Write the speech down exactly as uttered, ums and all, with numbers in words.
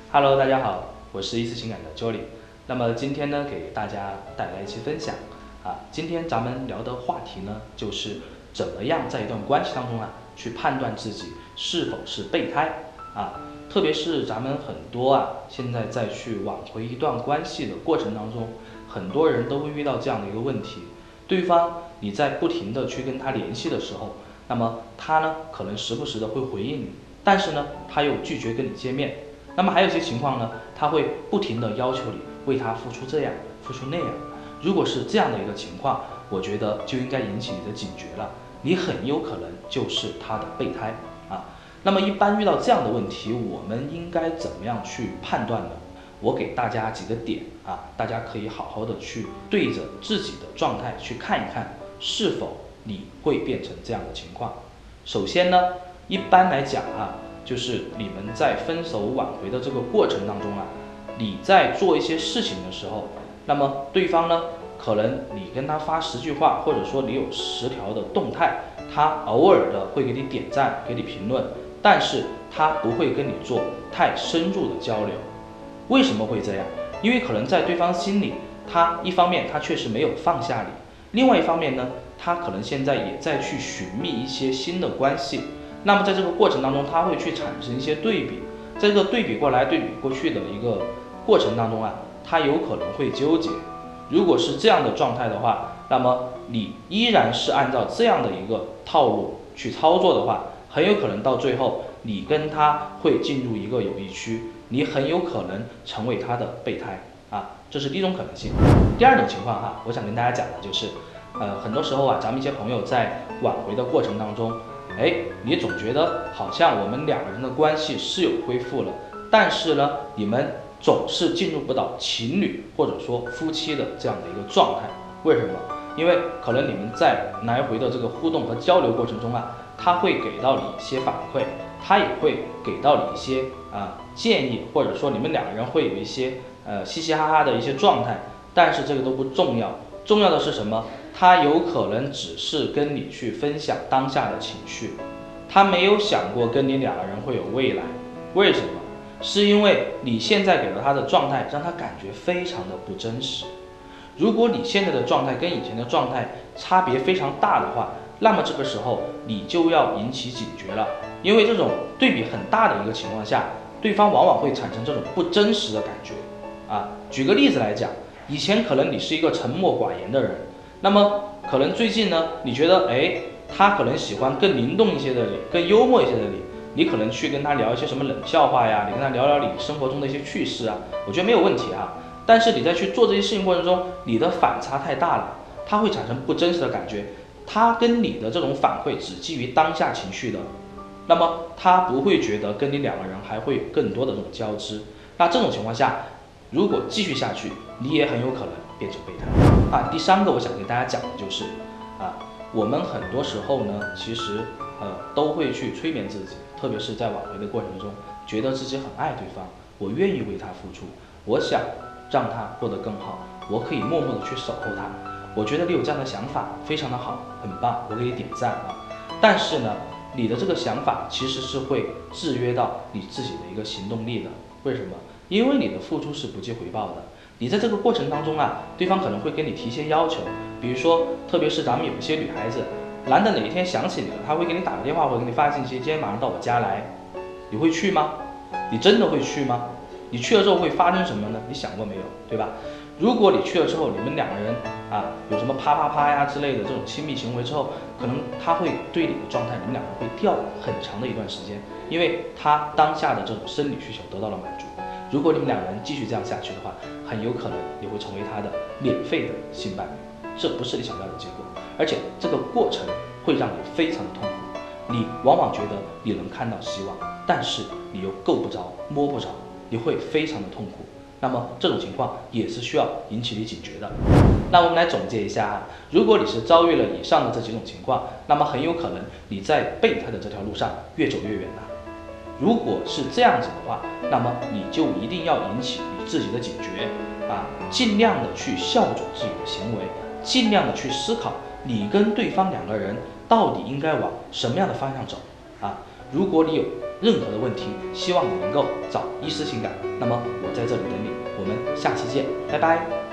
Hello，大家好，我是一丝情感的 Jolly。那么今天呢，给大家带来一期分享啊。今天咱们聊的话题呢，就是怎么样在一段关系当中啊，去判断自己是否是备胎啊。特别是咱们很多啊，现在在去挽回一段关系的过程当中，很多人都会遇到这样的一个问题：对方你在不停的去跟他联系的时候，那么他呢，可能时不时的会回应你，但是呢，他又拒绝跟你见面。那么还有一些情况呢，他会不停的要求你为他付出这样，付出那样。如果是这样的一个情况，我觉得就应该引起你的警觉了，你很有可能就是他的备胎啊。那么一般遇到这样的问题，我们应该怎么样去判断呢？我给大家几个点啊，大家可以好好的去对着自己的状态去看一看，是否你会变成这样的情况。首先呢，一般来讲啊。就是你们在分手挽回的这个过程当中啊，你在做一些事情的时候，那么对方呢，可能你跟他发十句话，或者说你有十条的动态，他偶尔的会给你点赞，给你评论，但是他不会跟你做太深入的交流。为什么会这样？因为可能在对方心里，他一方面他确实没有放下你，另外一方面呢，他可能现在也在去寻觅一些新的关系。那么在这个过程当中，他会去产生一些对比，在这个对比过来对比过去的一个过程当中啊，他有可能会纠结。如果是这样的状态的话，那么你依然是按照这样的一个套路去操作的话，很有可能到最后你跟他会进入一个友谊区，你很有可能成为他的备胎啊，这是第一种可能性。第二种情况哈，我想跟大家讲的就是，呃，很多时候啊，咱们一些朋友在挽回的过程当中。哎，你总觉得好像我们两个人的关系是有恢复了，但是呢，你们总是进入不到情侣或者说夫妻的这样的一个状态。为什么？因为可能你们在来回的这个互动和交流过程中啊，他会给到你一些反馈，他也会给到你一些啊、呃、建议，或者说你们两个人会有一些呃嘻嘻哈哈的一些状态，但是这个都不重要，重要的是什么？他有可能只是跟你去分享当下的情绪，他没有想过跟你两个人会有未来。为什么？是因为你现在给了他的状态，让他感觉非常的不真实。如果你现在的状态跟以前的状态差别非常大的话，那么这个时候你就要引起警觉了，因为这种对比很大的一个情况下，对方往往会产生这种不真实的感觉啊。举个例子来讲，以前可能你是一个沉默寡言的人。那么可能最近呢，你觉得哎，他可能喜欢更灵动一些的你，更幽默一些的你，你可能去跟他聊一些什么冷笑话呀，你跟他聊聊你生活中的一些趣事啊，我觉得没有问题啊。但是你在去做这些事情过程中，你的反差太大了，他会产生不真实的感觉，他跟你的这种反馈只基于当下情绪的，那么他不会觉得跟你两个人还会有更多的这种交织。那这种情况下，如果继续下去，你也很有可能变成备胎啊。第三个我想跟大家讲的就是啊，我们很多时候呢，其实呃都会去催眠自己，特别是在挽回的过程中，觉得自己很爱对方，我愿意为他付出，我想让他过得更好，我可以默默的去守候他。我觉得你有这样的想法非常的好，很棒，我给你点赞啊。但是呢，你的这个想法其实是会制约到你自己的一个行动力的。为什么？因为你的付出是不计回报的。你在这个过程当中啊，对方可能会给你提一些要求，比如说，特别是咱们有一些女孩子，难得哪一天想起你了，她会给你打个电话或者给你发信息，今天马上到我家来，你会去吗？你真的会去吗？你去了之后会发生什么呢？你想过没有，对吧？如果你去了之后，你们两个人啊有什么啪啪啪呀之类的这种亲密行为之后，可能他会对你的状态，你们两个人会掉很长的一段时间，因为他当下的这种生理需求得到了满足。如果你们两个人继续这样下去的话，很有可能你会成为他的免费的性伴侣，这不是你想要的结果，而且这个过程会让你非常的痛苦。你往往觉得你能看到希望，但是你又够不着摸不着，你会非常的痛苦。那么这种情况也是需要引起你警觉的。那我们来总结一下啊，如果你是遭遇了以上的这几种情况，那么很有可能你在备胎的这条路上越走越远了。如果是这样子的话，那么你就一定要引起你自己的警觉啊，尽量的去校准自己的行为，尽量的去思考你跟对方两个人到底应该往什么样的方向走啊。如果你有任何的问题，希望你能够找医师情感。那么我在这里等你，我们下期见，拜拜。